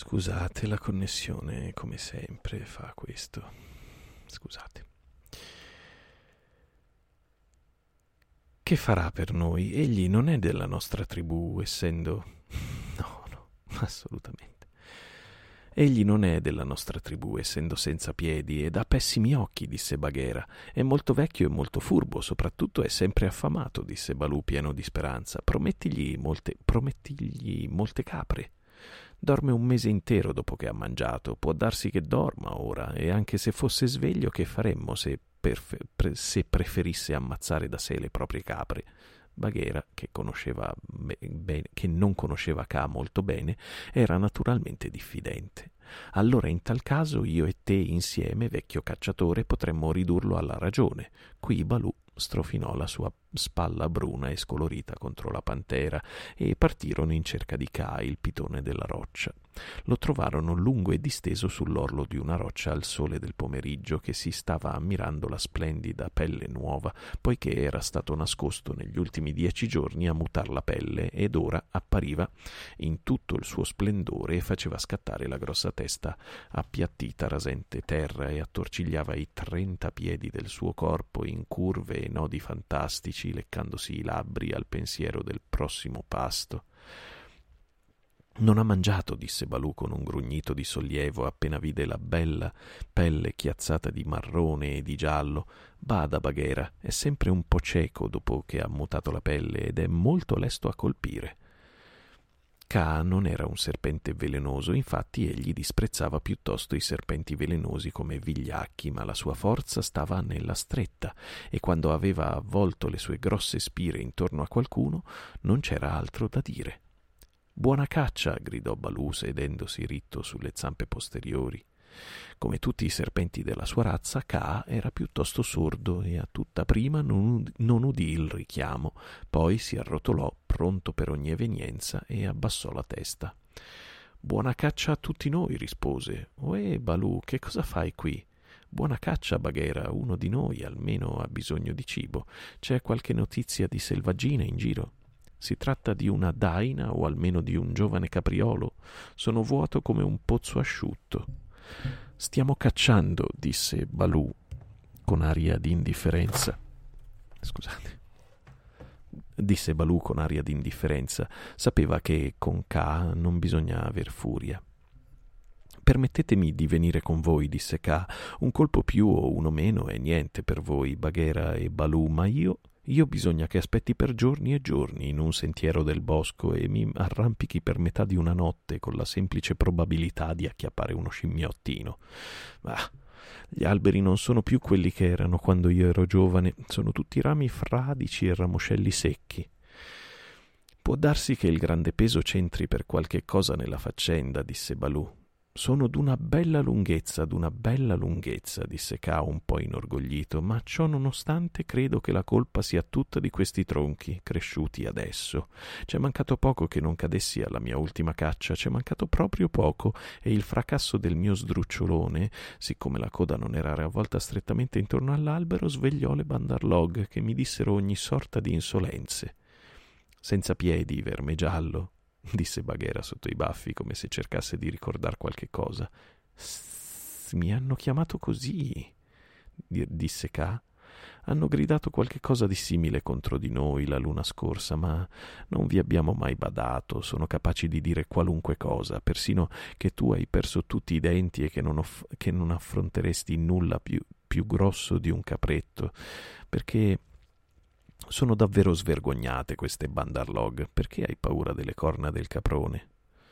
Scusate, la connessione, come sempre, fa questo. Scusate. Che farà per noi? Egli non è della nostra tribù, essendo... No, assolutamente. Egli non è della nostra tribù, essendo senza piedi, ed ha pessimi occhi, disse Baghera. È molto vecchio e molto furbo, soprattutto è sempre affamato, disse Balù pieno di speranza. Promettigli molte capre. Dorme un mese intero dopo che ha mangiato. Può darsi che dorma ora, e anche se fosse sveglio, che faremmo se preferisse ammazzare da sé le proprie capre? Baghera, che non conosceva Ka molto bene, era naturalmente diffidente. Allora in tal caso io e te insieme, vecchio cacciatore, potremmo ridurlo alla ragione. Qui Balù strofinò la sua spalla bruna e scolorita contro la pantera e partirono in cerca di Ka, il pitone della roccia. Lo trovarono lungo e disteso sull'orlo di una roccia al sole del pomeriggio, che si stava ammirando la splendida pelle nuova, poiché era stato nascosto negli ultimi 10 giorni a mutar la pelle, ed ora appariva in tutto il suo splendore e faceva scattare la grossa testa appiattita rasente terra e attorcigliava i 30 piedi del suo corpo in curve e nodi fantastici, leccandosi i labbri al pensiero del prossimo pasto. Non ha mangiato, disse Balù con un grugnito di sollievo appena vide la bella pelle chiazzata di marrone e di giallo. Bada, Baghera, è sempre un po' cieco dopo che ha mutato la pelle ed è molto lesto a colpire. Ka non era un serpente velenoso, infatti egli disprezzava piuttosto i serpenti velenosi come vigliacchi, ma la sua forza stava nella stretta, e quando aveva avvolto le sue grosse spire intorno a qualcuno non c'era altro da dire. «Buona caccia!» gridò Balù sedendosi ritto sulle zampe posteriori. Come tutti i serpenti della sua razza, Ka era piuttosto sordo e a tutta prima non udì il richiamo, poi si arrotolò pronto per ogni evenienza e abbassò la testa. «Buona caccia a tutti noi!» rispose. «Ohè, Balù, che cosa fai qui?» «Buona caccia, Baghera, uno di noi almeno ha bisogno di cibo. C'è qualche notizia di selvaggina in giro?» Si tratta di una daina o almeno di un giovane capriolo? Sono vuoto come un pozzo asciutto. Stiamo cacciando, disse Balù con aria di indifferenza. Disse Balù con aria di indifferenza. Sapeva che con Ka non bisogna aver furia. «Permettetemi di venire con voi», disse Ka. «Un colpo più o uno meno è niente per voi, Baghera e Balù, ma io bisogna che aspetti per giorni e giorni in un sentiero del bosco e mi arrampichi per metà di una notte con la semplice probabilità di acchiappare uno scimmiottino. Gli alberi non sono più quelli che erano quando io ero giovane, sono tutti rami fradici e ramoscelli secchi. Può darsi che il grande peso c'entri per qualche cosa nella faccenda», disse Balù. «Sono d'una bella lunghezza, disse Ka un po' inorgoglito, ma ciò nonostante credo che la colpa sia tutta di questi tronchi, cresciuti adesso. C'è mancato poco che non cadessi alla mia ultima caccia, c'è mancato proprio poco, e il fracasso del mio sdrucciolone, siccome la coda non era avvolta strettamente intorno all'albero, svegliò le Bandarlog, che mi dissero ogni sorta di insolenze. Senza piedi, verme giallo», disse Baghera sotto i baffi, come se cercasse di ricordar qualche cosa. «Mi hanno chiamato così», disse Ka. «Hanno gridato qualche cosa di simile contro di noi la luna scorsa, ma non vi abbiamo mai badato. Sono capaci di dire qualunque cosa, persino che tu hai perso tutti i denti e che non affronteresti nulla più grosso di un capretto, perché sono davvero svergognate queste Bandarlog. Perché hai paura delle corna del caprone?»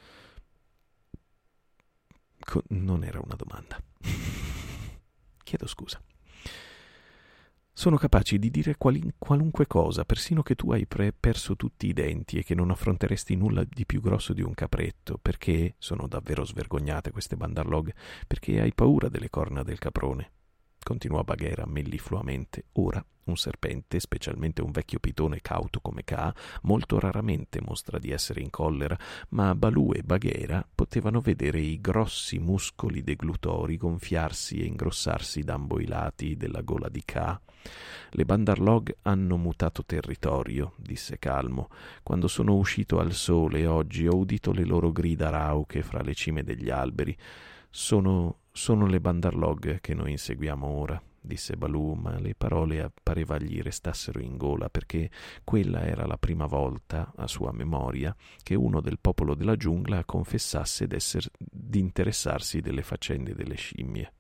Non era una domanda. Chiedo scusa. «Sono capaci di dire qualunque cosa, persino che tu hai perso tutti i denti e che non affronteresti nulla di più grosso di un capretto. Perché sono davvero svergognate queste Bandarlog? Perché hai paura delle corna del caprone. continuò Baghera mellifluamente. Ora un serpente, specialmente un vecchio pitone cauto come Kaa, molto raramente mostra di essere in collera, ma Balù e Baghera potevano vedere i grossi muscoli deglutori gonfiarsi e ingrossarsi d'ambo i lati della gola di Kaa. Le Bandarlog hanno mutato territorio, disse calmo. Quando sono uscito al sole oggi ho udito le loro grida rauche fra le cime degli alberi. Sono le Bandarlog che noi inseguiamo ora, disse Balù, ma le parole pareva gli restassero in gola, perché quella era la prima volta, a sua memoria, che uno del popolo della giungla confessasse di interessarsi delle faccende delle scimmie.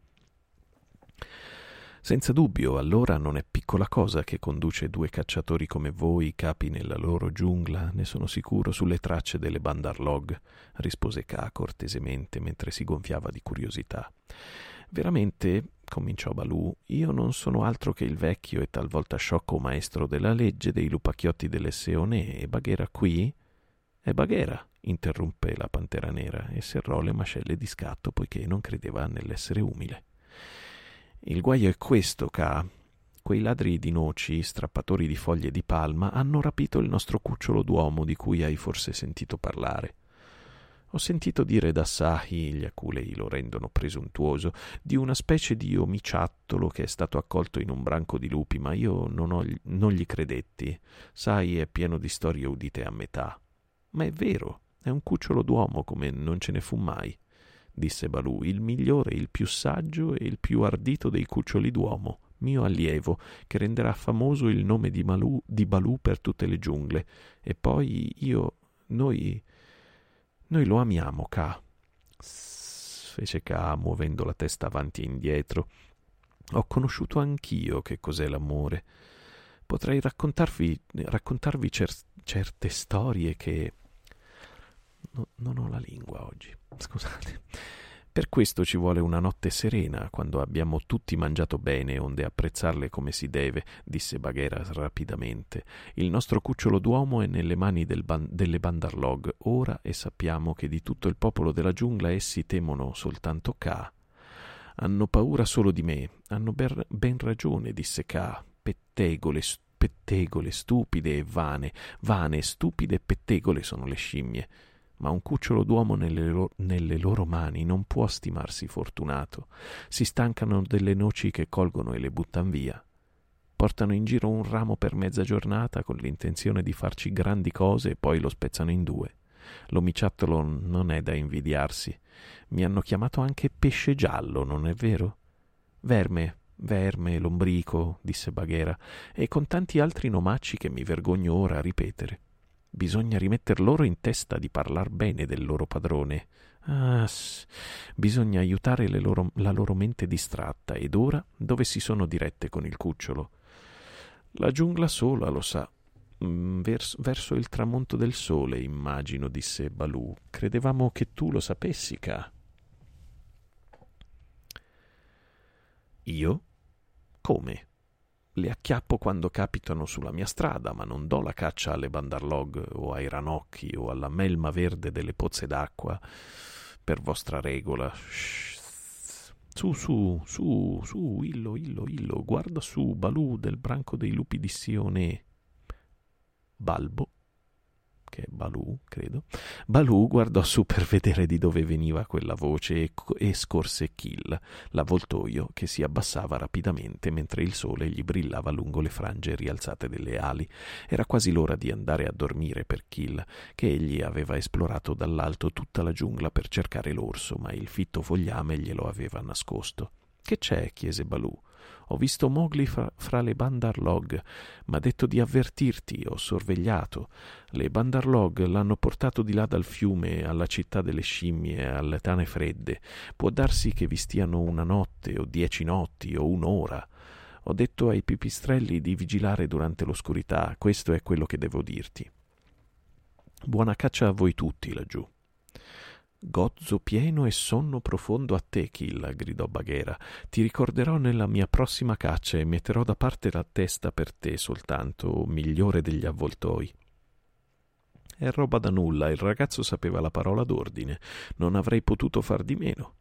Senza dubbio, allora non è piccola cosa che conduce 2 cacciatori come voi, capi nella loro giungla, ne sono sicuro, sulle tracce delle Bandarlog, rispose Kaa cortesemente mentre si gonfiava di curiosità. Veramente, cominciò Balù, io non sono altro che il vecchio e talvolta sciocco maestro della legge dei lupacchiotti delle Seone, e Baghera qui? È Baghera, interruppe la Pantera Nera e serrò le mascelle di scatto poiché non credeva nell'essere umile. Il guaio è questo, Kaa. Quei ladri di noci, strappatori di foglie di palma, hanno rapito il nostro cucciolo d'uomo di cui hai forse sentito parlare. Ho sentito dire da Sahi, gli aculei lo rendono presuntuoso, di una specie di omiciattolo che è stato accolto in un branco di lupi, ma io non gli credetti. Sahi è pieno di storie udite a metà. Ma è vero, è un cucciolo d'uomo come non ce ne fu mai, disse Balù, il migliore, il più saggio e il più ardito dei cuccioli d'uomo, mio allievo, che renderà famoso il nome di Balù per tutte le giungle. E poi noi lo amiamo, Kaa, fece Kaa muovendo la testa avanti e indietro. Ho conosciuto anch'io che cos'è l'amore. Potrei raccontarvi certe storie che... non ho la lingua oggi, scusate. Per questo ci vuole una notte serena, quando abbiamo tutti mangiato bene, onde apprezzarle come si deve, disse Baghera rapidamente. Il nostro cucciolo d'uomo è nelle mani delle Bandarlog ora, e sappiamo che di tutto il popolo della giungla essi temono soltanto Kaa. Hanno paura solo di me. Hanno ben ragione, disse Kaa. Pettegole, stupide e vane, stupide e pettegole sono le scimmie. Ma un cucciolo d'uomo nelle loro mani non può stimarsi fortunato. Si stancano delle noci che colgono e le buttan via. Portano in giro un ramo per mezza giornata con l'intenzione di farci grandi cose e poi lo spezzano in 2. L'omiciattolo non è da invidiarsi. Mi hanno chiamato anche pesce giallo, non è vero? Verme, lombrico, disse Baghera, e con tanti altri nomacci che mi vergogno ora a ripetere. Bisogna rimetter loro in testa di parlar bene del loro padrone. Bisogna aiutare la loro mente distratta. Ed ora dove si sono dirette con il cucciolo? La giungla sola lo sa. Verso il tramonto del sole, immagino, disse Balù. Credevamo che tu lo sapessi, Kaa. Io? Come? Le acchiappo quando capitano sulla mia strada, ma non do la caccia alle Bandarlog o ai ranocchi o alla melma verde delle pozze d'acqua per vostra regola. Su, illo, guarda su, Balù del branco dei lupi di Sione. Balbo, che è Balù, credo. Balù guardò su per vedere di dove veniva quella voce e scorse Kill, l'avvoltoio che si abbassava rapidamente mentre il sole gli brillava lungo le frange rialzate delle ali. Era quasi l'ora di andare a dormire per Kill, che egli aveva esplorato dall'alto tutta la giungla per cercare l'orso, ma il fitto fogliame glielo aveva nascosto. «Che c'è?» chiese Balù. «Ho visto Mowgli fra le Bandarlog. M'ha detto di avvertirti, ho sorvegliato. Le Bandarlog l'hanno portato di là dal fiume alla città delle scimmie, alle tane fredde. Può darsi che vi stiano 1 notte, o 10 notti, o 1 ora. Ho detto ai pipistrelli di vigilare durante l'oscurità. Questo è quello che devo dirti. Buona caccia a voi tutti laggiù». «Gozzo pieno e sonno profondo a te, Kill», gridò Baghera. «Ti ricorderò nella mia prossima caccia e metterò da parte la testa per te soltanto, migliore degli avvoltoi». «È roba da nulla, il ragazzo sapeva la parola d'ordine. Non avrei potuto far di meno».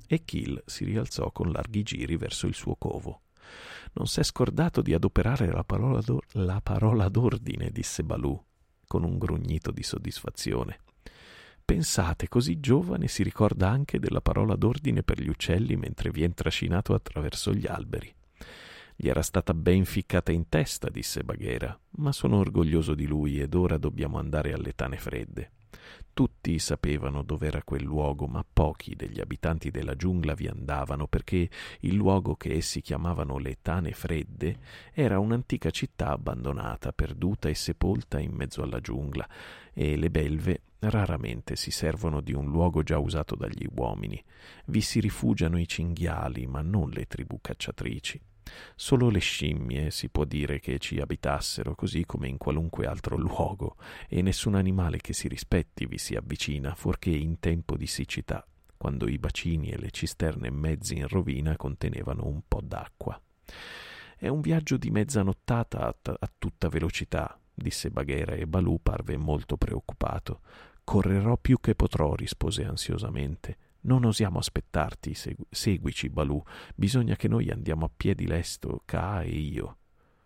e Kil si rialzò con larghi giri verso il suo covo. «Non s'è scordato di adoperare la parola d'ordine», disse Balù, con un grugnito di soddisfazione. «Pensate, così giovane si ricorda anche della parola d'ordine per gli uccelli mentre vien trascinato attraverso gli alberi». «Gli era stata ben ficcata in testa», disse Baghera, «ma sono orgoglioso di lui ed ora dobbiamo andare alle Tane Fredde». Tutti sapevano dov'era quel luogo, ma pochi degli abitanti della giungla vi andavano perché il luogo che essi chiamavano le Tane Fredde era un'antica città abbandonata, perduta e sepolta in mezzo alla giungla, e le belve raramente si servono di un luogo già usato dagli uomini. Vi si rifugiano i cinghiali, ma non le tribù cacciatrici. Solo le scimmie si può dire che ci abitassero, così come in qualunque altro luogo, e nessun animale che si rispetti vi si avvicina, fuorché in tempo di siccità, quando i bacini e le cisterne mezzi in rovina contenevano un po' d'acqua. «È un viaggio di mezza nottata a tutta velocità», disse Baghera, e Balù parve molto preoccupato. «Correrò più che potrò», rispose ansiosamente. «Non osiamo aspettarti, seguici, Balù. Bisogna che noi andiamo a piedi lesto, Kaa e io».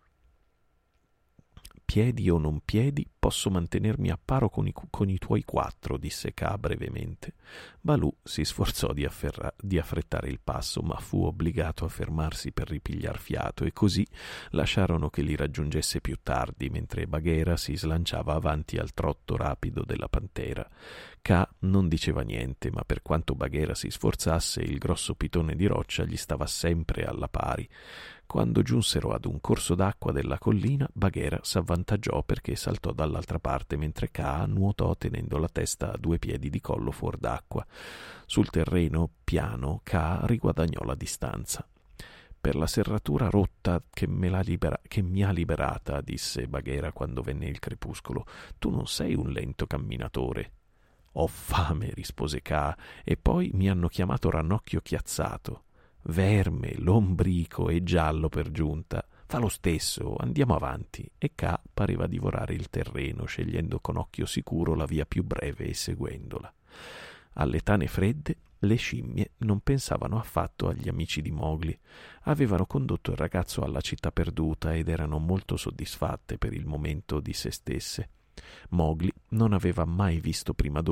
«Piedi o non piedi, posso mantenermi a paro con i tuoi 4», disse Kaa brevemente. Balù si sforzò di affrettare il passo, ma fu obbligato a fermarsi per ripigliar fiato, e così lasciarono che li raggiungesse più tardi, mentre Baghera si slanciava avanti al trotto rapido della pantera. Kaa non diceva niente, ma per quanto Baghera si sforzasse, il grosso pitone di roccia gli stava sempre alla pari. Quando giunsero ad un corso d'acqua della collina, Baghera s'avvantaggiò perché saltò dall'altra parte, mentre Kaa nuotò tenendo la testa a 2 piedi di collo fuor d'acqua. Sul terreno piano Kaa riguadagnò la distanza. «Per la serratura rotta che mi ha liberata», disse Baghera quando venne il crepuscolo, «tu non sei un lento camminatore». «Ho fame», rispose Kaa, «e poi mi hanno chiamato Rannocchio Chiazzato. Verme, lombrico e giallo per giunta. Fa lo stesso, andiamo avanti». E Kaa pareva divorare il terreno, scegliendo con occhio sicuro la via più breve e seguendola. Alle Tane Fredde le scimmie non pensavano affatto agli amici di Mowgli. Avevano condotto il ragazzo alla città perduta ed erano molto soddisfatte per il momento di se stesse. Mowgli non aveva mai visto prima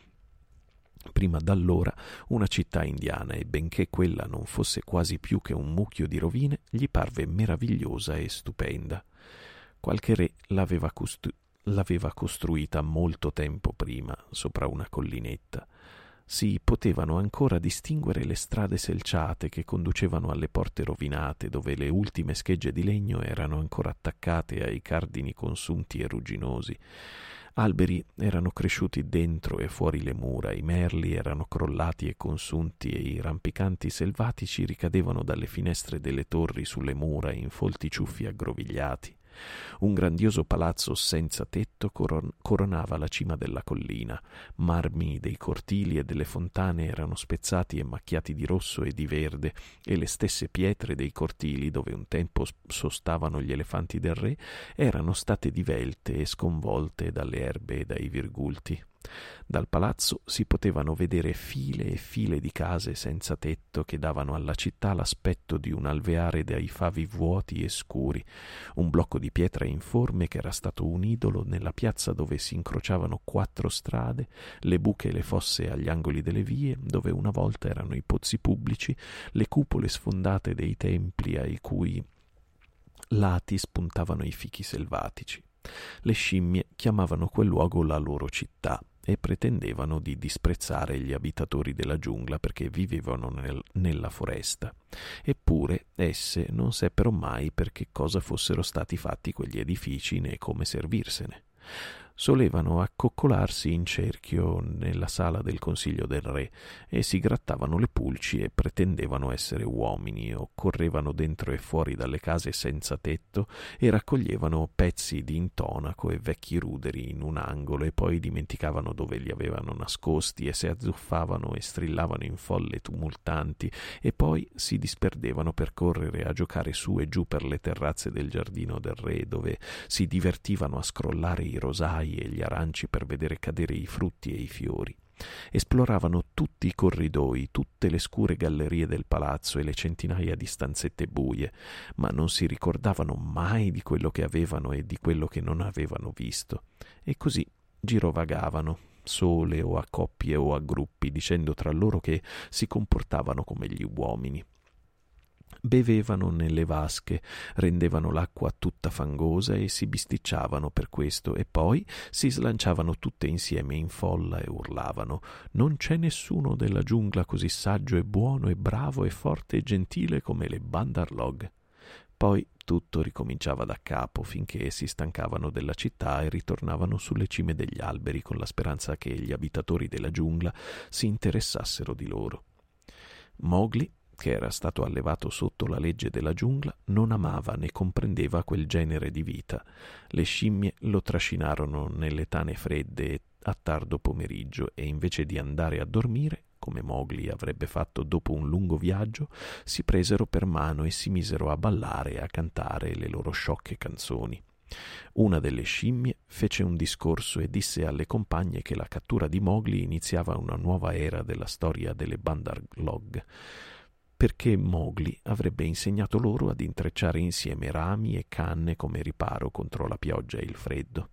d'allora una città indiana, e benché quella non fosse quasi più che un mucchio di rovine, gli parve meravigliosa e stupenda. Qualche re l'aveva costruita molto tempo prima, sopra una collinetta. Si potevano ancora distinguere le strade selciate che conducevano alle porte rovinate, dove le ultime schegge di legno erano ancora attaccate ai cardini consunti e rugginosi. Alberi erano cresciuti dentro e fuori le mura, i merli erano crollati e consunti, e i rampicanti selvatici ricadevano dalle finestre delle torri sulle mura in folti ciuffi aggrovigliati. Un grandioso palazzo senza tetto coronava la cima della collina. Marmi dei cortili e delle fontane erano spezzati e macchiati di rosso e di verde, e le stesse pietre dei cortili, dove un tempo sostavano gli elefanti del re, erano state divelte e sconvolte dalle erbe e dai virgulti. Dal palazzo si potevano vedere file e file di case senza tetto che davano alla città l'aspetto di un alveare dai favi vuoti e scuri, un blocco di pietra informe che era stato un idolo nella piazza dove si incrociavano 4 strade, le buche e le fosse agli angoli delle vie, dove una volta erano i pozzi pubblici, le cupole sfondate dei templi ai cui lati spuntavano i fichi selvatici. Le scimmie chiamavano quel luogo la loro città e pretendevano di disprezzare gli abitatori della giungla perché vivevano nella foresta. Eppure esse non seppero mai per che cosa fossero stati fatti quegli edifici né come servirsene. Solevano accoccolarsi in cerchio nella sala del consiglio del re e si grattavano le pulci e pretendevano essere uomini, o correvano dentro e fuori dalle case senza tetto e raccoglievano pezzi di intonaco e vecchi ruderi in un angolo, e poi dimenticavano dove li avevano nascosti e si azzuffavano e strillavano in folle tumultanti, e poi si disperdevano per correre a giocare su e giù per le terrazze del giardino del re, dove si divertivano a scrollare i rosai e gli aranci per vedere cadere i frutti e i fiori. Esploravano tutti i corridoi, tutte le scure gallerie del palazzo e le centinaia di stanzette buie, ma non si ricordavano mai di quello che avevano e di quello che non avevano visto. E così girovagavano, sole o a coppie o a gruppi, dicendo tra loro che si comportavano come gli uomini. Bevevano nelle vasche, rendevano l'acqua tutta fangosa e si bisticciavano per questo, e poi si slanciavano tutte insieme in folla e urlavano: «Non c'è nessuno della giungla così saggio e buono e bravo e forte e gentile come le Bandar-log». Poi tutto ricominciava da capo finché si stancavano della città e ritornavano sulle cime degli alberi con la speranza che gli abitatori della giungla si interessassero di loro. Mowgli, che era stato allevato sotto la legge della giungla, non amava né comprendeva quel genere di vita. Le scimmie lo trascinarono nelle tane fredde a tardo pomeriggio e invece di andare a dormire, come Mowgli avrebbe fatto dopo un lungo viaggio, si presero per mano e si misero a ballare e a cantare le loro sciocche canzoni. Una delle scimmie fece un discorso e disse alle compagne che la cattura di Mowgli iniziava una nuova era della storia delle Bandar-log, perché Mowgli avrebbe insegnato loro ad intrecciare insieme rami e canne come riparo contro la pioggia e il freddo.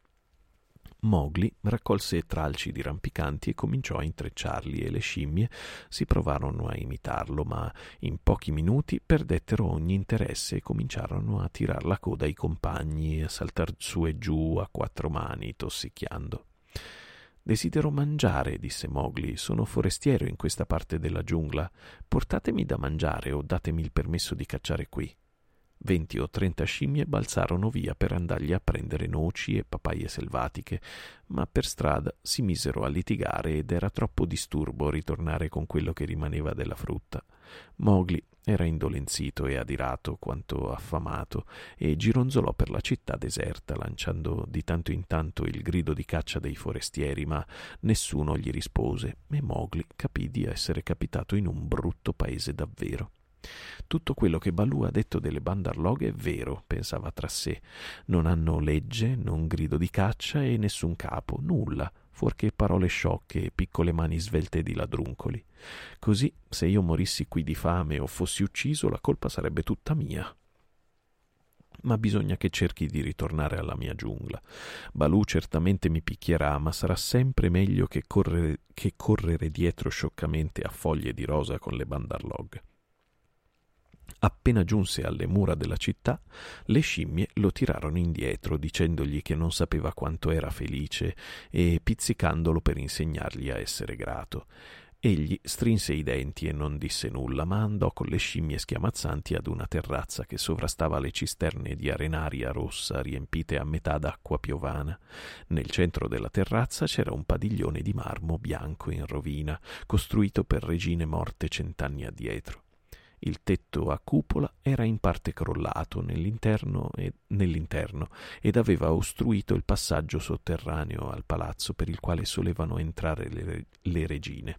Mowgli raccolse tralci di rampicanti e cominciò a intrecciarli e le scimmie si provarono a imitarlo, ma in pochi minuti perdettero ogni interesse e cominciarono a tirar la coda ai compagni e a saltar su e giù a quattro mani, tossicchiando. «Desidero mangiare», disse Mowgli. «Sono forestiero in questa parte della giungla. Portatemi da mangiare o datemi il permesso di cacciare qui». 20 o 30 scimmie balzarono via per andargli a prendere noci e papaie selvatiche, ma per strada si misero a litigare ed era troppo disturbo ritornare con quello che rimaneva della frutta. Mowgli era indolenzito e adirato quanto affamato e gironzolò per la città deserta, lanciando di tanto in tanto il grido di caccia dei forestieri, ma nessuno gli rispose e Mowgli capì di essere capitato in un brutto paese davvero. Tutto quello che Baloo ha detto delle Bandar-log è vero, pensava tra sé. Non hanno legge, non grido di caccia e nessun capo, nulla, fuorché parole sciocche e piccole mani svelte di ladruncoli. Così, se io morissi qui di fame o fossi ucciso, la colpa sarebbe tutta mia. Ma bisogna che cerchi di ritornare alla mia giungla. Baloo certamente mi picchierà, ma sarà sempre meglio che correre dietro scioccamente a foglie di rosa con le Bandar-log. Appena giunse alle mura della città, le scimmie lo tirarono indietro, dicendogli che non sapeva quanto era felice e pizzicandolo per insegnargli a essere grato. Egli strinse i denti e non disse nulla, ma andò con le scimmie schiamazzanti ad una terrazza che sovrastava le cisterne di arenaria rossa riempite a metà d'acqua piovana. Nel centro della terrazza c'era un padiglione di marmo bianco in rovina, costruito per regine morte 100 anni addietro. Il tetto a cupola era in parte crollato nell'interno ed aveva ostruito il passaggio sotterraneo al palazzo per il quale solevano entrare le regine.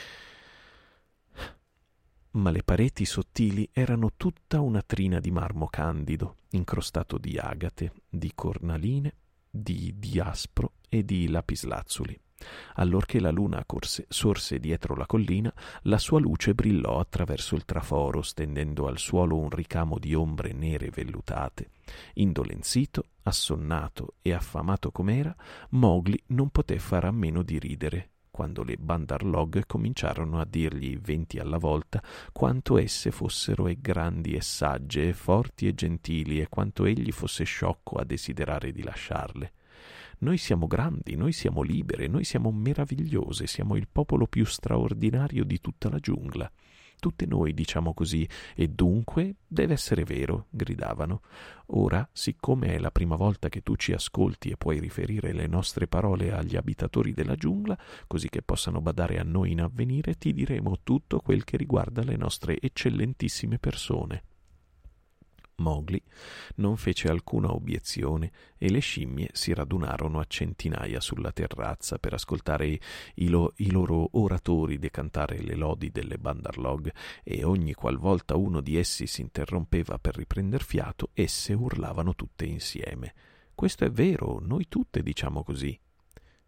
Ma le pareti sottili erano tutta una trina di marmo candido, incrostato di agate, di cornaline, di diaspro e di lapislazzuli. Allorché la luna sorse dietro la collina, la sua luce brillò attraverso il traforo, stendendo al suolo un ricamo di ombre nere vellutate. Indolenzito, assonnato e affamato com'era, Mowgli non poté fare a meno di ridere quando le Bandar-log cominciarono a dirgli 20 alla volta quanto esse fossero grandi e sagge e forti e gentili e quanto egli fosse sciocco a desiderare di lasciarle. «Noi siamo grandi, noi siamo libere, noi siamo meravigliose, siamo il popolo più straordinario di tutta la giungla. Tutte noi diciamo così, e dunque deve essere vero», gridavano. «Ora, siccome è la prima volta che tu ci ascolti e puoi riferire le nostre parole agli abitatori della giungla, così che possano badare a noi in avvenire, ti diremo tutto quel che riguarda le nostre eccellentissime persone». Mowgli non fece alcuna obiezione e le scimmie si radunarono a centinaia sulla terrazza per ascoltare i loro oratori decantare le lodi delle Bandar-log, e ogni qualvolta uno di essi si interrompeva per riprender fiato, esse urlavano tutte insieme: «Questo è vero, noi tutte diciamo così».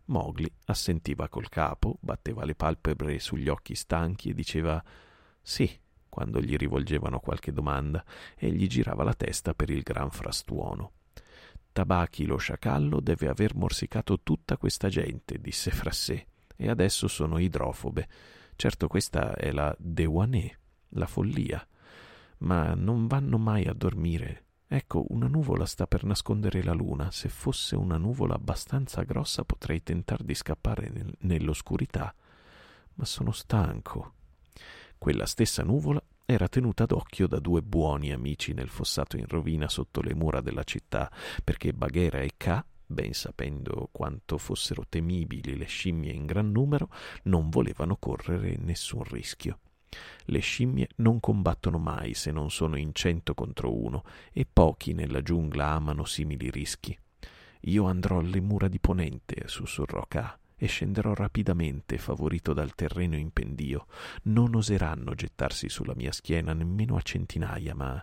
Mowgli assentiva col capo, batteva le palpebre sugli occhi stanchi e diceva «sì» quando gli rivolgevano qualche domanda, e gli girava la testa per il gran frastuono. «Tabaki lo sciacallo deve aver morsicato tutta questa gente», disse fra sé, «e adesso sono idrofobe. Certo, questa è la Dewanè, la follia. Ma non vanno mai a dormire. Ecco, una nuvola sta per nascondere la luna. Se fosse una nuvola abbastanza grossa potrei tentar di scappare nell'oscurità, ma sono stanco». Quella stessa nuvola era tenuta d'occhio da due buoni amici nel fossato in rovina sotto le mura della città, perché Bagheera e Kaa, ben sapendo quanto fossero temibili le scimmie in gran numero, non volevano correre nessun rischio. Le scimmie non combattono mai se non sono in 100 contro 1, e pochi nella giungla amano simili rischi. «Io andrò alle mura di ponente», sussurrò Kaa, «e scenderò rapidamente, favorito dal terreno in pendio. Non oseranno gettarsi sulla mia schiena nemmeno a centinaia, ma...»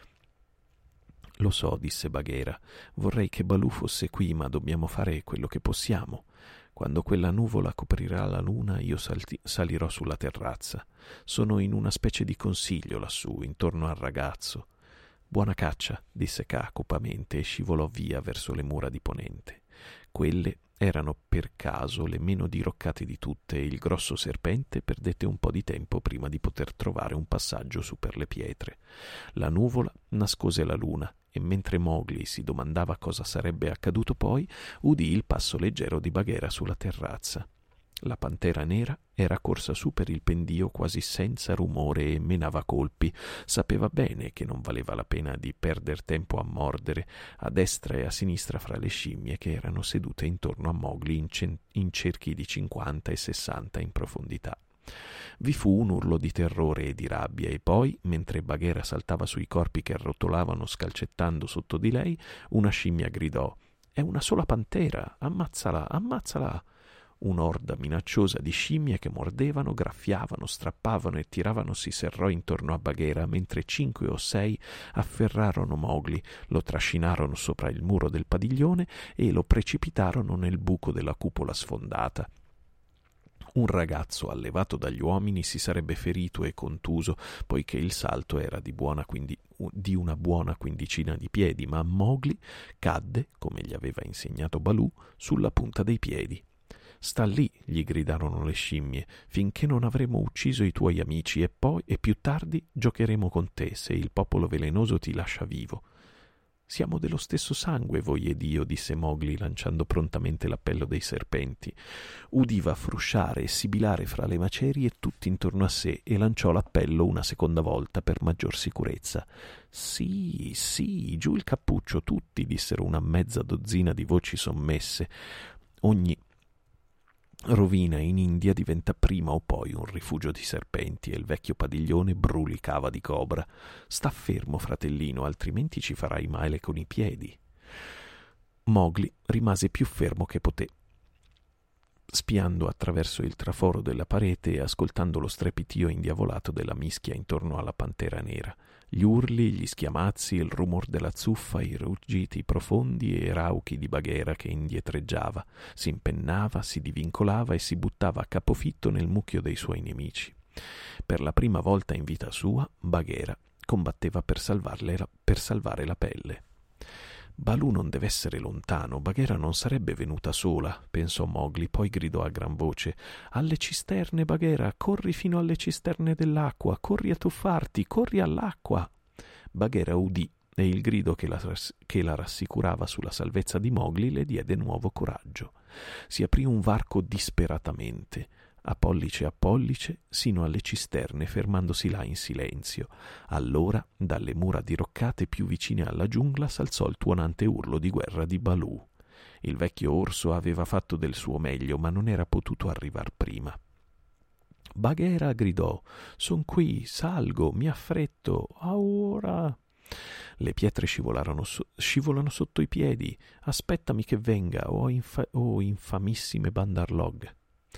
«Lo so», disse Bagheera, «vorrei che Balù fosse qui, ma dobbiamo fare quello che possiamo. Quando quella nuvola coprirà la luna, io salirò sulla terrazza. Sono in una specie di consiglio lassù, intorno al ragazzo». «Buona caccia», disse Kaa cupamente, e scivolò via verso le mura di ponente. Quelle erano per caso le meno diroccate di tutte, e il grosso serpente perdette un po' di tempo prima di poter trovare un passaggio su per le pietre. La nuvola nascose la luna, e mentre Mowgli si domandava cosa sarebbe accaduto poi, udì il passo leggero di Bagheera sulla terrazza. La pantera nera era corsa su per il pendio quasi senza rumore e menava colpi. Sapeva bene che non valeva la pena di perder tempo a mordere a destra e a sinistra fra le scimmie che erano sedute intorno a Mowgli in cerchi di 50 e 60 in profondità. Vi fu un urlo di terrore e di rabbia, e poi, mentre Bagheera saltava sui corpi che rotolavano scalcettando sotto di lei, una scimmia gridò: «È una sola pantera! Ammazzala! Ammazzala!» Un'orda minacciosa di scimmie che mordevano, graffiavano, strappavano e tiravano si serrò intorno a Bagheera, mentre 5 o 6 afferrarono Mowgli, lo trascinarono sopra il muro del padiglione e lo precipitarono nel buco della cupola sfondata. Un ragazzo allevato dagli uomini si sarebbe ferito e contuso, poiché il salto era di una buona quindicina di piedi, ma Mowgli cadde, come gli aveva insegnato Balù, sulla punta dei piedi. «Sta lì», gli gridarono le scimmie, «finché non avremo ucciso i tuoi amici, e poi, e più tardi, giocheremo con te, se il popolo velenoso ti lascia vivo». «Siamo dello stesso sangue, voi ed io», disse Mowgli, lanciando prontamente l'appello dei serpenti. Udiva frusciare e sibilare fra le macerie tutti intorno a sé, e lanciò l'appello una seconda volta per maggior sicurezza. «Sì, sì, giù il cappuccio, tutti», dissero una mezza dozzina di voci sommesse. Ogni rovina in India diventa prima o poi un rifugio di serpenti, e il vecchio padiglione brulicava di cobra. «Sta fermo, fratellino, altrimenti ci farai male con i piedi». Mowgli rimase più fermo che poté, spiando attraverso il traforo della parete e ascoltando lo strepitio indiavolato della mischia intorno alla pantera nera. Gli urli, gli schiamazzi, il rumor della zuffa, i ruggiti profondi e rauchi di Bagheera che indietreggiava, si impennava, si divincolava e si buttava a capofitto nel mucchio dei suoi nemici. Per la prima volta in vita sua, Bagheera combatteva per salvare la pelle. «Balù non deve essere lontano, Bagheera non sarebbe venuta sola», pensò Mowgli, poi gridò a gran voce: «Alle cisterne, Bagheera, corri fino alle cisterne dell'acqua, corri a tuffarti, corri all'acqua». Bagheera udì, e il grido che la rassicurava sulla salvezza di Mowgli le diede nuovo coraggio. Si aprì un varco disperatamente, a pollice, sino alle cisterne, fermandosi là in silenzio. Allora, dalle mura diroccate più vicine alla giungla, s'alzò il tuonante urlo di guerra di Balù. Il vecchio orso aveva fatto del suo meglio, ma non era potuto arrivar prima. «Bagheera», gridò, «son qui, salgo, mi affretto, ora». Le pietre scivolano sotto i piedi. «Aspettami che venga, o infamissime Bandar Log».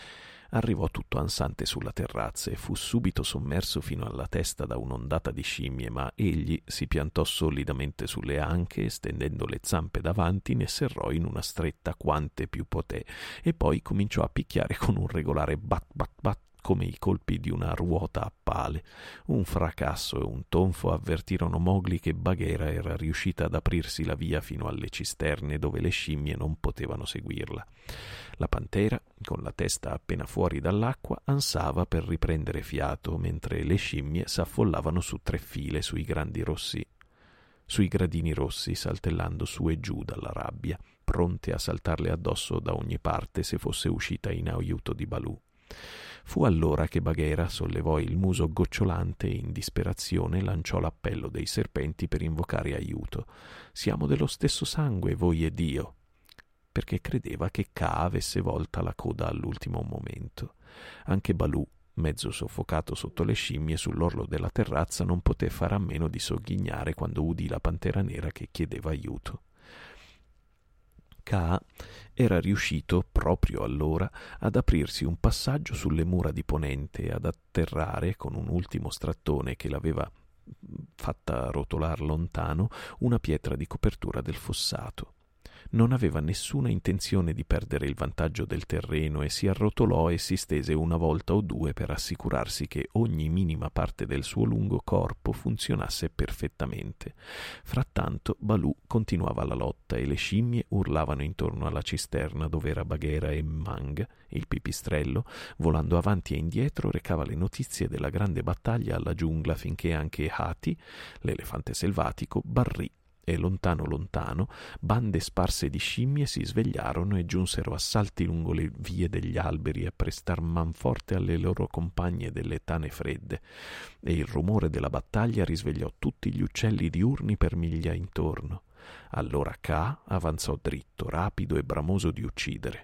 Arrivò tutto ansante sulla terrazza e fu subito sommerso fino alla testa da un'ondata di scimmie, ma egli si piantò solidamente sulle anche e, stendendo le zampe davanti, ne serrò in una stretta quante più poté e poi cominciò a picchiare con un regolare bat bat bat come i colpi di una ruota a pale. Un fracasso e un tonfo avvertirono Mowgli che Bagheera era riuscita ad aprirsi la via fino alle cisterne dove le scimmie non potevano seguirla. La pantera, con la testa appena fuori dall'acqua, ansava per riprendere fiato, mentre le scimmie s'affollavano su 3 file sui gradini rossi, saltellando su e giù dalla rabbia, pronte a saltarle addosso da ogni parte se fosse uscita in aiuto di Balù. Fu allora che Bagheera sollevò il muso gocciolante e in disperazione lanciò l'appello dei serpenti per invocare aiuto. «Siamo dello stesso sangue, voi ed io», perché credeva che Kaa avesse volta la coda all'ultimo momento. Anche Balù, mezzo soffocato sotto le scimmie sull'orlo della terrazza, non poté fare a meno di sogghignare quando udì la pantera nera che chiedeva aiuto. Kaa era riuscito, proprio allora, ad aprirsi un passaggio sulle mura di ponente e ad atterrare, con un ultimo strattone che l'aveva fatta rotolar lontano, una pietra di copertura del fossato. Non aveva nessuna intenzione di perdere il vantaggio del terreno e si arrotolò e si stese una volta o due per assicurarsi che ogni minima parte del suo lungo corpo funzionasse perfettamente. Frattanto Balù continuava la lotta e le scimmie urlavano intorno alla cisterna dove era Bagheera e Mang, il pipistrello, volando avanti e indietro recava le notizie della grande battaglia alla giungla finché anche Hati, l'elefante selvatico, barrì e lontano lontano bande sparse di scimmie si svegliarono e giunsero a salti lungo le vie degli alberi a prestar manforte alle loro compagne delle tane fredde, e il rumore della battaglia risvegliò tutti gli uccelli diurni per miglia intorno. Allora Kaa avanzò dritto, rapido e bramoso di uccidere.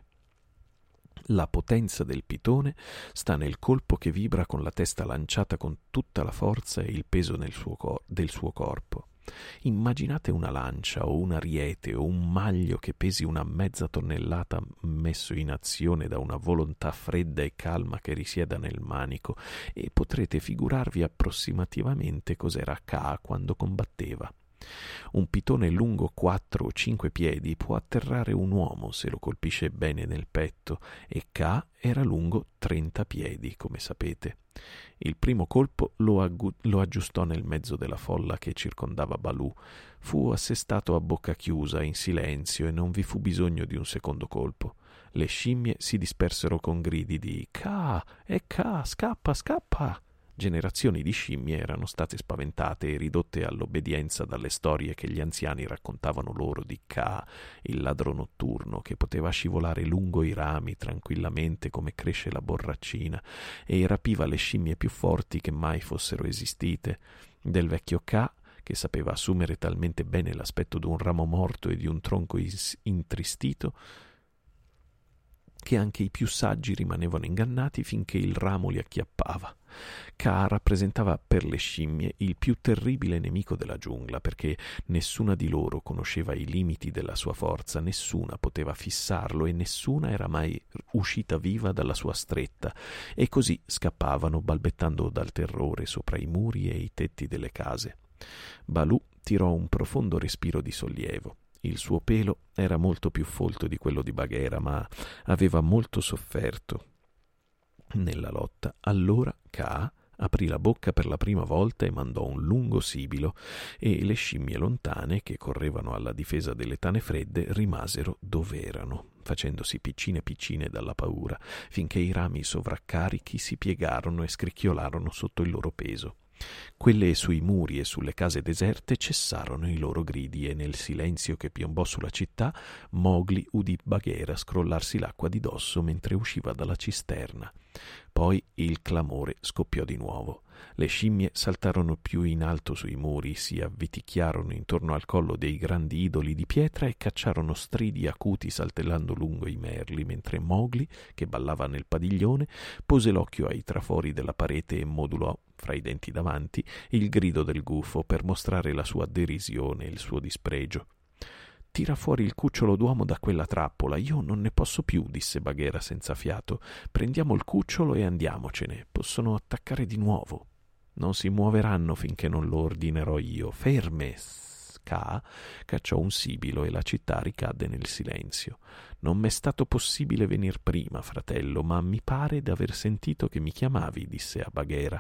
La potenza del pitone sta nel colpo che vibra con la testa lanciata con tutta la forza e il peso del suo corpo. Immaginate una lancia o un ariete o un maglio che pesi una mezza tonnellata messo in azione da una volontà fredda e calma che risieda nel manico e potrete figurarvi approssimativamente cos'era Kaa quando combatteva. Un pitone lungo 4 o 5 piedi può atterrare un uomo se lo colpisce bene nel petto, e Kaa era lungo 30 piedi, come sapete. Il primo colpo lo aggiustò nel mezzo della folla che circondava Balù. Fu assestato a bocca chiusa, in silenzio, e non vi fu bisogno di un secondo colpo. Le scimmie si dispersero con gridi di «Kaa! È Kaa! Scappa! Scappa!». Generazioni di scimmie erano state spaventate e ridotte all'obbedienza dalle storie che gli anziani raccontavano loro di Kaa, il ladro notturno che poteva scivolare lungo i rami tranquillamente come cresce la borraccina e rapiva le scimmie più forti che mai fossero esistite, del vecchio Kaa che sapeva assumere talmente bene l'aspetto di un ramo morto e di un tronco intristito che anche i più saggi rimanevano ingannati finché il ramo li acchiappava. Kaa rappresentava per le scimmie il più terribile nemico della giungla, perché nessuna di loro conosceva i limiti della sua forza, nessuna poteva fissarlo e nessuna era mai uscita viva dalla sua stretta, e così scappavano balbettando dal terrore sopra i muri e i tetti delle case. Balù tirò un profondo respiro di sollievo. Il suo pelo era molto più folto di quello di Bagheera, ma aveva molto sofferto nella lotta. Allora Kaa aprì la bocca per la prima volta e mandò un lungo sibilo, e le scimmie lontane, che correvano alla difesa delle tane fredde, rimasero dove erano, facendosi piccine piccine dalla paura, finché i rami sovraccarichi si piegarono e scricchiolarono sotto il loro peso. Quelle sui muri e sulle case deserte cessarono i loro gridi, e nel silenzio che piombò sulla città Mowgli udì Bagheera scrollarsi l'acqua di dosso mentre usciva dalla cisterna. Poi il clamore scoppiò di nuovo. Le scimmie saltarono più in alto sui muri, si avviticchiarono intorno al collo dei grandi idoli di pietra e cacciarono stridi acuti saltellando lungo i merli, mentre Mowgli, che ballava nel padiglione, pose l'occhio ai trafori della parete e modulò, fra i denti davanti, il grido del gufo per mostrare la sua derisione e il suo dispregio. Tira fuori il cucciolo d'uomo da quella trappola. Io non ne posso più, disse Baghera senza fiato. Prendiamo il cucciolo e andiamocene. Possono attaccare di nuovo. Non si muoveranno finché non lo ordinerò io. Ferme! Ka cacciò un sibilo e la città ricadde nel silenzio. Non m'è stato possibile venir prima, fratello, ma mi pare d'aver sentito che mi chiamavi, disse a Baghera.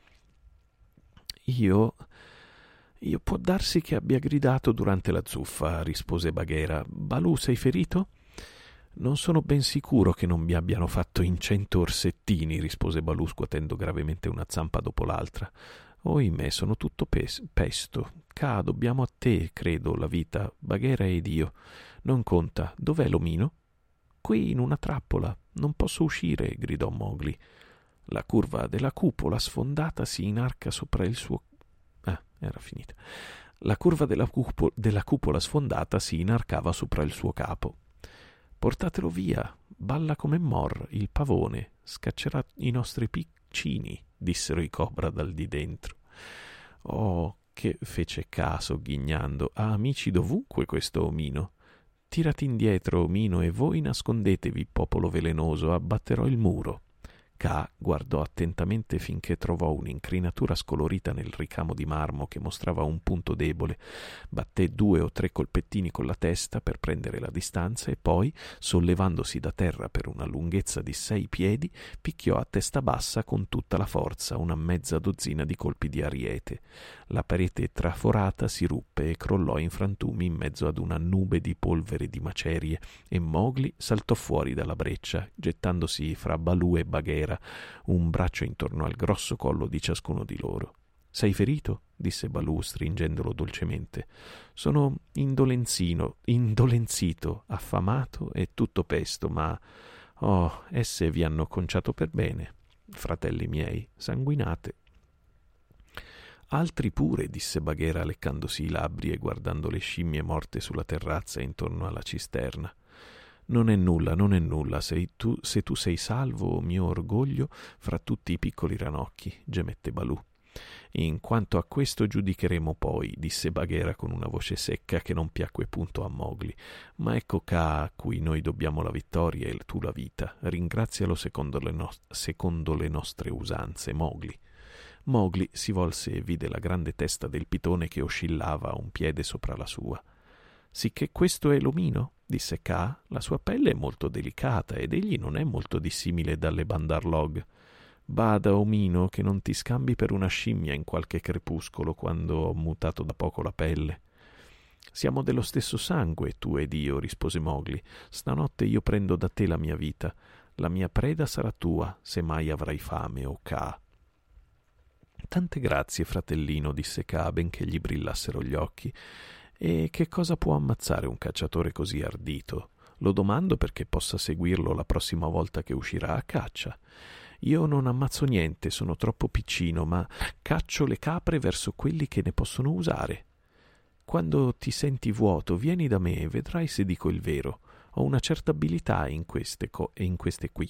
Io può darsi che abbia gridato durante la zuffa, rispose Baghera. Balù, sei ferito? Non sono ben sicuro che non mi abbiano fatto in 100 orsettini, rispose Balù scuotendo gravemente una zampa dopo l'altra. Oimè, sono tutto pesto. Ka, dobbiamo a te, credo, la vita. Baghera ed io. Non conta. Dov'è l'omino? Qui, in una trappola. Non posso uscire, gridò Mowgli. La curva della cupola sfondata si inarca sopra il suo... era finita. La curva della cupola sfondata si inarcava sopra il suo capo. Portatelo via, balla come Mor, il pavone, scaccerà i nostri piccini, dissero i cobra dal di dentro. Oh, che fece caso, ghignando, ha amici dovunque questo omino. Tirati indietro, omino, e voi nascondetevi, popolo velenoso, abbatterò il muro. Ka guardò attentamente finché trovò un'incrinatura scolorita nel ricamo di marmo che mostrava un punto debole. Batté 2 o 3 colpettini con la testa per prendere la distanza e poi, sollevandosi da terra per una lunghezza di 6 piedi, picchiò a testa bassa con tutta la forza una mezza dozzina di colpi di ariete. La parete traforata si ruppe e crollò in frantumi in mezzo ad una nube di polvere di macerie e Mowgli saltò fuori dalla breccia, gettandosi fra Balù e Baghera, un braccio intorno al grosso collo di ciascuno di loro. Sei ferito? Disse Balù stringendolo dolcemente. Sono indolenzito, affamato e tutto pesto, ma esse vi hanno conciato per bene, fratelli miei, sanguinate. Altri pure, disse Baghera leccandosi i labbri e guardando le scimmie morte sulla terrazza intorno alla cisterna. Non è nulla, se tu sei salvo, mio orgoglio, fra tutti i piccoli ranocchi, gemette Balù. In quanto a questo giudicheremo poi, disse Baghera con una voce secca che non piacque punto a Mowgli. Ma ecco Ka, a cui noi dobbiamo la vittoria e tu la vita. Ringrazialo secondo le nostre usanze, Mowgli. Mowgli si volse e vide la grande testa del pitone che oscillava a un piede sopra la sua. Sicché questo è l'omino? Disse Ka. La sua pelle è molto delicata ed egli non è molto dissimile dalle Bandar Log. Bada, omino, che non ti scambi per una scimmia in qualche crepuscolo quando ho mutato da poco la pelle. Siamo dello stesso sangue, tu ed io, rispose Mowgli. Stanotte io prendo da te la mia vita. La mia preda sarà tua, se mai avrai fame, o Ka. Tante grazie, fratellino, disse Ka, benché gli brillassero gli occhi. E che cosa può ammazzare un cacciatore così ardito? Lo domando perché possa seguirlo la prossima volta che uscirà a caccia. Io non ammazzo niente, sono troppo piccino, ma caccio le capre verso quelli che ne possono usare. Quando ti senti vuoto, vieni da me e vedrai se dico il vero. Ho una certa abilità in queste qui.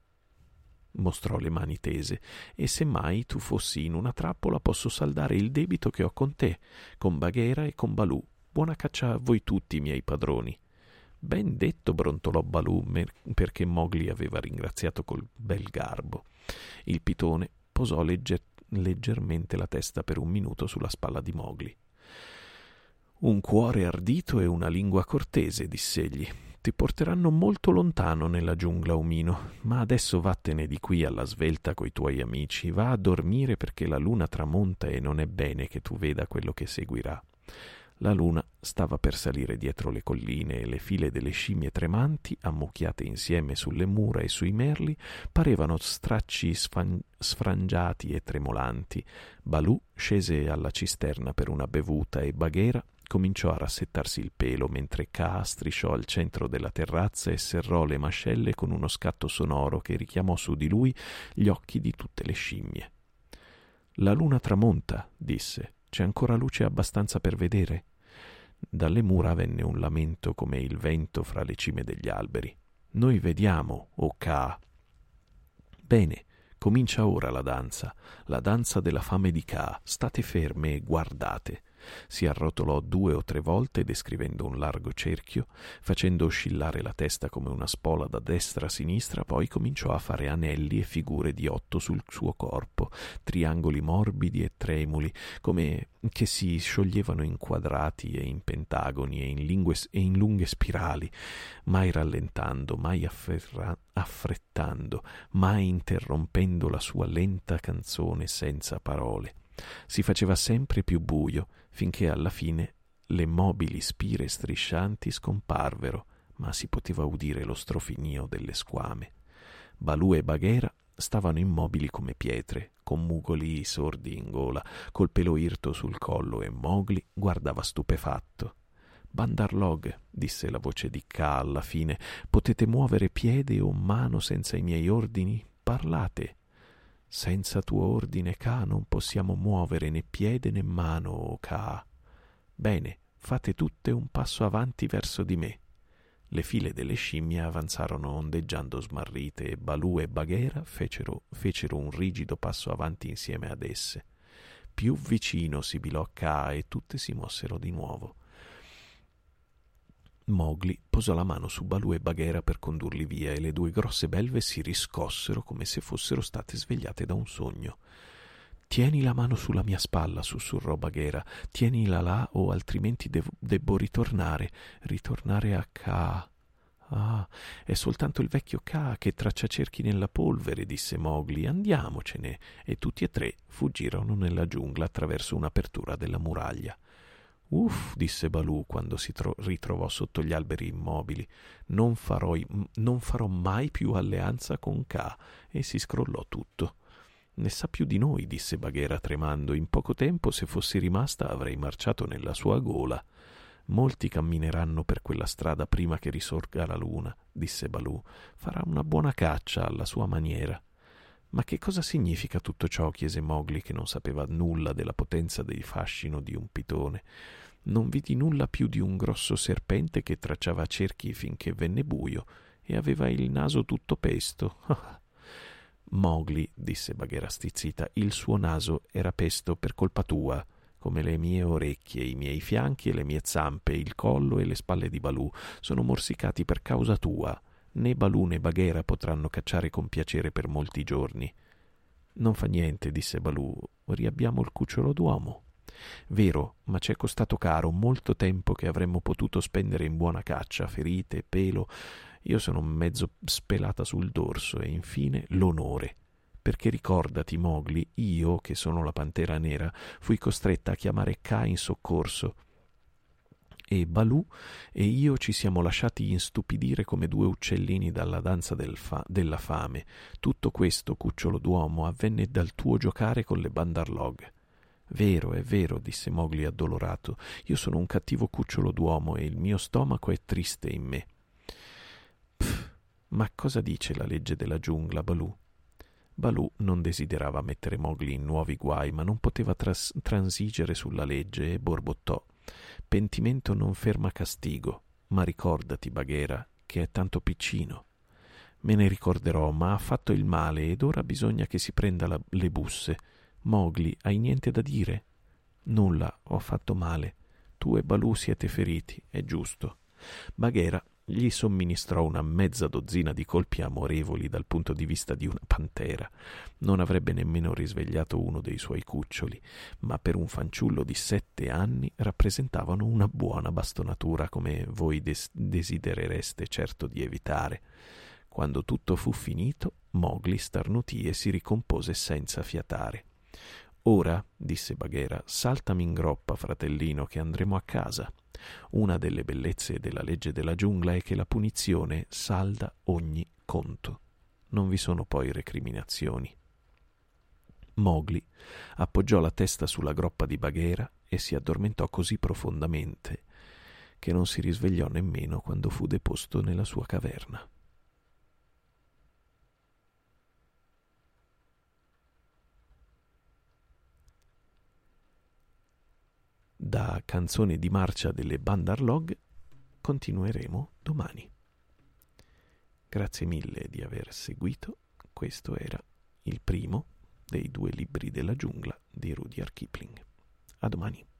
Mostrò le mani tese, e se mai tu fossi in una trappola posso saldare il debito che ho con te, con Baghera e con Balù. Buona caccia a voi tutti, miei padroni. Ben detto, brontolò Balù, perché Mowgli aveva ringraziato col bel garbo. Il pitone posò leggermente la testa per un minuto sulla spalla di Mowgli. Un cuore ardito e una lingua cortese, diss'egli. Ti porteranno molto lontano nella giungla, omino, ma adesso vattene di qui alla svelta coi tuoi amici. Va a dormire perché la luna tramonta e non è bene che tu veda quello che seguirà. La luna stava per salire dietro le colline e le file delle scimmie tremanti, ammucchiate insieme sulle mura e sui merli, parevano stracci sfrangiati e tremolanti. Balù scese alla cisterna per una bevuta e Baghera cominciò a rassettarsi il pelo mentre Ka strisciò al centro della terrazza e serrò le mascelle con uno scatto sonoro che richiamò su di lui gli occhi di tutte le scimmie. La luna tramonta, disse. C'è ancora luce abbastanza per vedere? Dalle mura venne un lamento come il vento fra le cime degli alberi. Noi vediamo, o Ka. Bene, comincia ora la danza della fame di Ka. State ferme e guardate. Si arrotolò 2 o 3 volte descrivendo un largo cerchio, facendo oscillare la testa come una spola da destra a sinistra, poi cominciò a fare anelli e figure di 8 sul suo corpo, triangoli morbidi e tremuli, come che si scioglievano in quadrati e in pentagoni e in lunghe spirali, mai rallentando, mai affrettando, mai interrompendo la sua lenta canzone senza parole. Si faceva sempre più buio, finché alla fine le mobili spire striscianti scomparvero, ma si poteva udire lo strofinio delle squame. Balù e Baghera stavano immobili come pietre, con mugoli sordi in gola, col pelo irto sul collo, e Mowgli guardava stupefatto. «Bandar Log», disse la voce di Kaa alla fine, «potete muovere piede o mano senza i miei ordini? Parlate!» «Senza tuo ordine, Kaa, non possiamo muovere né piede né mano, o Kaa». «Bene, fate tutte un passo avanti verso di me». Le file delle scimmie avanzarono ondeggiando smarrite e Balù e Baghera fecero un rigido passo avanti insieme ad esse. Più vicino sibilò Kaa e tutte si mossero di nuovo. Mowgli posò la mano su Balù e Baghera per condurli via e le 2 grosse belve si riscossero come se fossero state svegliate da un sogno. «Tieni la mano sulla mia spalla», sussurrò Baghera. «Tienila là o altrimenti debbo ritornare a Kaa». «Ah, è soltanto il vecchio Kaa che traccia cerchi nella polvere», disse Mowgli. «Andiamocene». E tutti e 3 fuggirono nella giungla attraverso un'apertura della muraglia. «Uff», disse Balù quando si ritrovò sotto gli alberi immobili, non farò mai più alleanza con Kaa», e si scrollò tutto. «Ne sa più di noi», disse Baghera tremando. «In poco tempo, se fossi rimasta, avrei marciato nella sua gola». «Molti cammineranno per quella strada prima che risorga la luna», disse Balù. «Farà una buona caccia alla sua maniera». «Ma che cosa significa tutto ciò?» chiese Mowgli, che non sapeva nulla della potenza del fascino di un pitone. «Non vidi nulla più di un grosso serpente che tracciava cerchi finché venne buio e aveva il naso tutto pesto». «Mowgli», disse Baghera stizzita, «il suo naso era pesto per colpa tua, come le mie orecchie, i miei fianchi e le mie zampe, il collo e le spalle di Balù sono morsicati per causa tua. Né Balù né Baghera potranno cacciare con piacere per molti giorni». «Non fa niente», disse Balù, «riabbiamo il cucciolo d'uomo». «Vero, ma ci è costato caro molto tempo che avremmo potuto spendere in buona caccia, ferite, pelo. Io sono mezzo spelata sul dorso, e infine l'onore. Perché ricordati, Mowgli, io, che sono la pantera nera, fui costretta a chiamare Kaa in soccorso, e Balù e io ci siamo lasciati instupidire come 2 uccellini dalla danza della fame. Tutto questo, cucciolo d'uomo, avvenne dal tuo giocare con le Bandar Log». «Vero, è vero», disse Mowgli addolorato. «Io sono un cattivo cucciolo d'uomo e il mio stomaco è triste in me». «Pff, ma cosa dice la legge della giungla, Balù?» Balù non desiderava mettere Mowgli in nuovi guai, ma non poteva transigere sulla legge e borbottò. «Pentimento non ferma castigo, ma ricordati, Baghera, che è tanto piccino». «Me ne ricorderò, ma ha fatto il male ed ora bisogna che si prenda le busse. Mowgli, hai niente da dire?» «Nulla, ho fatto male. Tu e Balù siete feriti, è giusto». Baghera gli somministrò una mezza dozzina di colpi amorevoli dal punto di vista di una pantera. Non avrebbe nemmeno risvegliato uno dei suoi cuccioli, ma per un fanciullo di 7 anni rappresentavano una buona bastonatura, come voi desiderereste certo di evitare. Quando tutto fu finito, Mowgli starnutì e si ricompose senza fiatare. «Ora», disse Baghera, «saltami in groppa, fratellino, che andremo a casa. Una delle bellezze della legge della giungla è che la punizione salda ogni conto. Non vi sono poi recriminazioni». Mowgli appoggiò la testa sulla groppa di Baghera e si addormentò così profondamente che non si risvegliò nemmeno quando fu deposto nella sua caverna. Da Canzone di marcia delle Bandar Log continueremo domani. Grazie mille di aver seguito. Questo era il primo dei 2 libri della giungla di Rudyard Kipling. A domani.